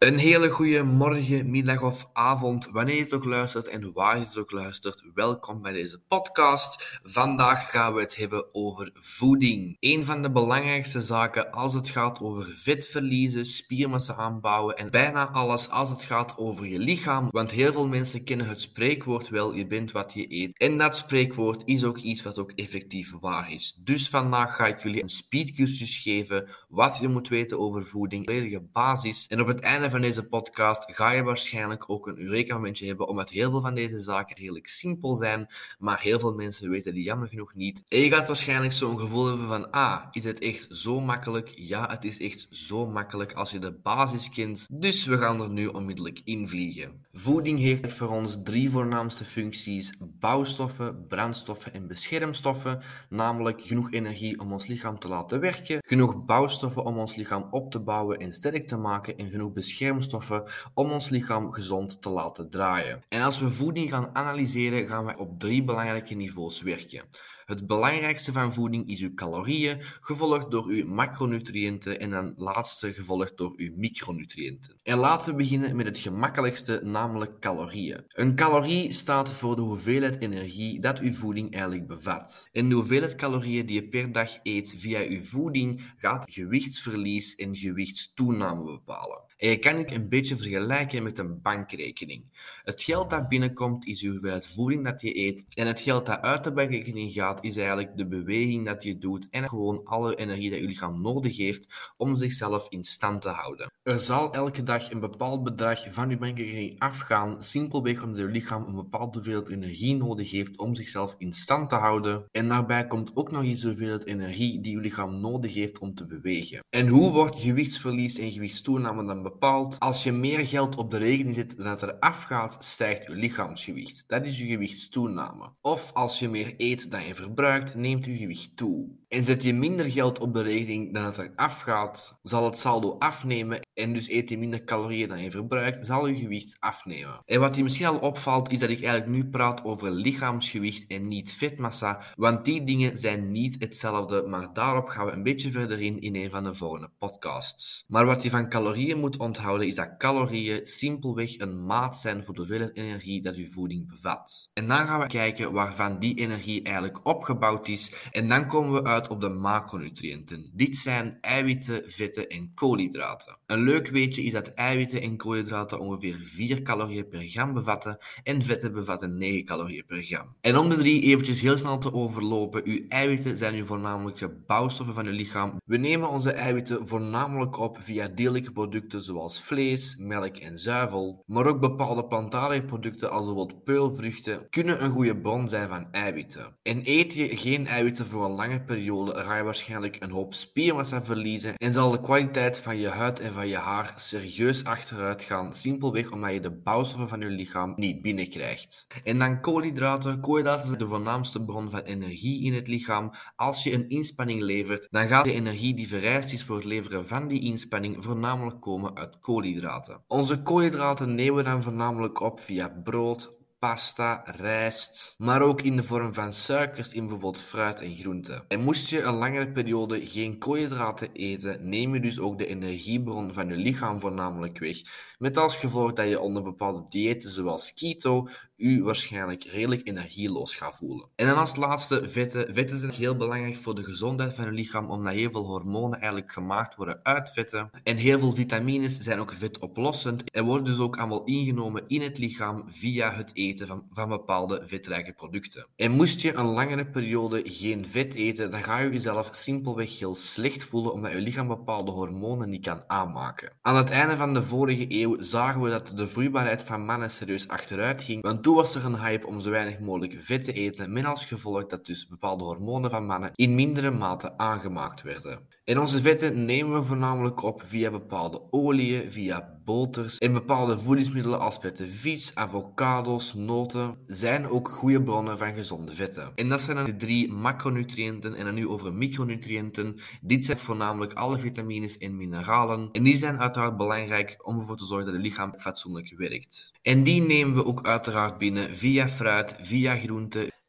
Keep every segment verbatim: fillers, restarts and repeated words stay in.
Een hele goede morgen, middag of avond, wanneer je het ook luistert en waar je het ook luistert. Welkom bij deze podcast. Vandaag gaan we het hebben over voeding. Een van de belangrijkste zaken als het gaat over vet verliezen, spiermassa aanbouwen en bijna alles als het gaat over je lichaam. Want heel veel mensen kennen het spreekwoord wel, je bent wat je eet. En dat spreekwoord is ook iets wat ook effectief waar is. Dus vandaag ga ik jullie een speedcursus geven, wat je moet weten over voeding, volledige basis. En op het einde van deze podcast ga je waarschijnlijk ook een Eureka-momentje hebben, omdat heel veel van deze zaken redelijk simpel zijn, maar heel veel mensen weten die jammer genoeg niet. En je gaat waarschijnlijk zo'n gevoel hebben van, ah, is het echt zo makkelijk? Ja, het is echt zo makkelijk als je de basis kent. Dus we gaan er nu onmiddellijk in vliegen. Voeding heeft voor ons drie voornaamste functies: bouwstoffen, brandstoffen en beschermstoffen, namelijk genoeg energie om ons lichaam te laten werken, genoeg bouwstoffen om ons lichaam op te bouwen en sterk te maken en genoeg beschermstoffen om ons lichaam gezond te laten draaien. En als we voeding gaan analyseren, gaan we op drie belangrijke niveaus werken. Het belangrijkste van voeding is uw calorieën, gevolgd door uw macronutriënten en dan laatste gevolgd door uw micronutriënten. En laten we beginnen met het gemakkelijkste, namelijk calorieën. Een calorie staat voor de hoeveelheid energie dat uw voeding eigenlijk bevat. En de hoeveelheid calorieën die je per dag eet via uw voeding gaat gewichtsverlies en gewichtstoename bepalen. En je kan het een beetje vergelijken met een bankrekening. Het geld dat binnenkomt is uw hoeveelheid voeding dat je eet en het geld dat uit de bankrekening gaat is eigenlijk de beweging dat je doet en gewoon alle energie dat je lichaam nodig heeft om zichzelf in stand te houden. Er zal elke dag een bepaald bedrag van je bankrekening afgaan, simpelweg omdat je lichaam een bepaalde hoeveelheid energie nodig heeft om zichzelf in stand te houden. En daarbij komt ook nog eens de hoeveelheid energie die je lichaam nodig heeft om te bewegen. En hoe wordt gewichtsverlies en gewichtstoename dan bepaald? Als je meer geld op de rekening zet dan dat er afgaat, stijgt je lichaamsgewicht. Dat is je gewichtstoename. Of als je meer eet dan je verbruikt, neemt je gewicht toe. En zet je minder geld op de rekening dan dat er afgaat, zal het saldo afnemen en dus eet je minder calorieën dan je verbruikt, zal je gewicht afnemen. En wat je misschien al opvalt, is dat ik eigenlijk nu praat over lichaamsgewicht en niet vetmassa, want die dingen zijn niet hetzelfde, maar daarop gaan we een beetje verder in in een van de volgende podcasts. Maar wat je van calorieën moet onthouden, is dat calorieën simpelweg een maat zijn voor de hoeveelheid energie dat je voeding bevat. En dan gaan we kijken waarvan die energie eigenlijk opgebouwd is, en dan komen we uit op de macronutriënten. Dit zijn eiwitten, vetten en koolhydraten. Een leuk weetje is dat eiwitten en koolhydraten ongeveer vier calorieën per gram bevatten en vetten bevatten negen calorieën per gram. En om de drie eventjes heel snel te overlopen, uw eiwitten zijn uw voornamelijke bouwstoffen van uw lichaam. We nemen onze eiwitten voornamelijk op via dierlijke producten zoals vlees, melk en zuivel, maar ook bepaalde plantaardige producten als bijvoorbeeld peulvruchten kunnen een goede bron zijn van eiwitten. En eet je geen eiwitten voor een lange periode, ga je waarschijnlijk een hoop spiermassa verliezen en zal de kwaliteit van je huid en van je haar serieus achteruit gaan, simpelweg omdat je de bouwstoffen van je lichaam niet binnenkrijgt. En dan koolhydraten. Koolhydraten zijn de voornaamste bron van energie in het lichaam. Als je een inspanning levert, dan gaat de energie die vereist is voor het leveren van die inspanning voornamelijk komen uit koolhydraten. Onze koolhydraten nemen we dan voornamelijk op via brood, pasta, rijst, maar ook in de vorm van suikers in bijvoorbeeld fruit en groenten. En moest je een langere periode geen koolhydraten eten, neem je dus ook de energiebron van je lichaam voornamelijk weg, met als gevolg dat je onder bepaalde diëten zoals keto je waarschijnlijk redelijk energieloos gaat voelen. En dan als laatste vetten. Vetten zijn heel belangrijk voor de gezondheid van je lichaam, omdat heel veel hormonen eigenlijk gemaakt worden uit vetten. En heel veel vitamines zijn ook vetoplossend en worden dus ook allemaal ingenomen in het lichaam via het eten Van, van bepaalde vetrijke producten. En moest je een langere periode geen vet eten, dan ga je jezelf simpelweg heel slecht voelen omdat je lichaam bepaalde hormonen niet kan aanmaken. Aan het einde van de vorige eeuw zagen we dat de vruchtbaarheid van mannen serieus achteruit ging, want toen was er een hype om zo weinig mogelijk vet te eten, met als gevolg dat dus bepaalde hormonen van mannen in mindere mate aangemaakt werden. En onze vetten nemen we voornamelijk op via bepaalde oliën, via boters en bepaalde voedingsmiddelen als vette vis, avocados, noten zijn ook goede bronnen van gezonde vetten. En dat zijn dan de drie macronutriënten en dan nu over micronutriënten. Dit zijn voornamelijk alle vitamines en mineralen en die zijn uiteraard belangrijk om ervoor te zorgen dat het lichaam fatsoenlijk werkt. En die nemen we ook uiteraard binnen via fruit, via groenten,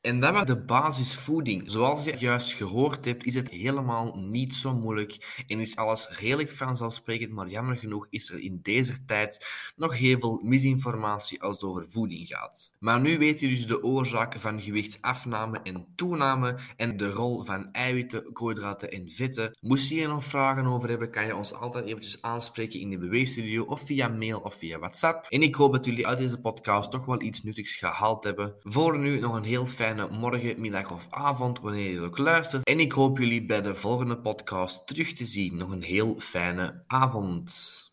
En dat was de basisvoeding. Zoals je juist gehoord hebt, is het helemaal niet zo moeilijk en is alles redelijk vanzelfsprekend, maar jammer genoeg is er in deze tijd nog heel veel misinformatie als het over voeding gaat. Maar nu weet je dus de oorzaak van gewichtsafname en toename en de rol van eiwitten, koolhydraten en vetten. Moest je hier nog vragen over hebben, kan je ons altijd eventjes aanspreken in de Beweegstudio of via mail of via WhatsApp. En ik hoop dat jullie uit deze podcast toch wel iets nuttigs gehaald hebben. Voor nu nog een heel fijne morgen, middag of avond, wanneer je ook luistert. En ik hoop jullie bij de volgende podcast terug te zien. Nog een heel fijne avond.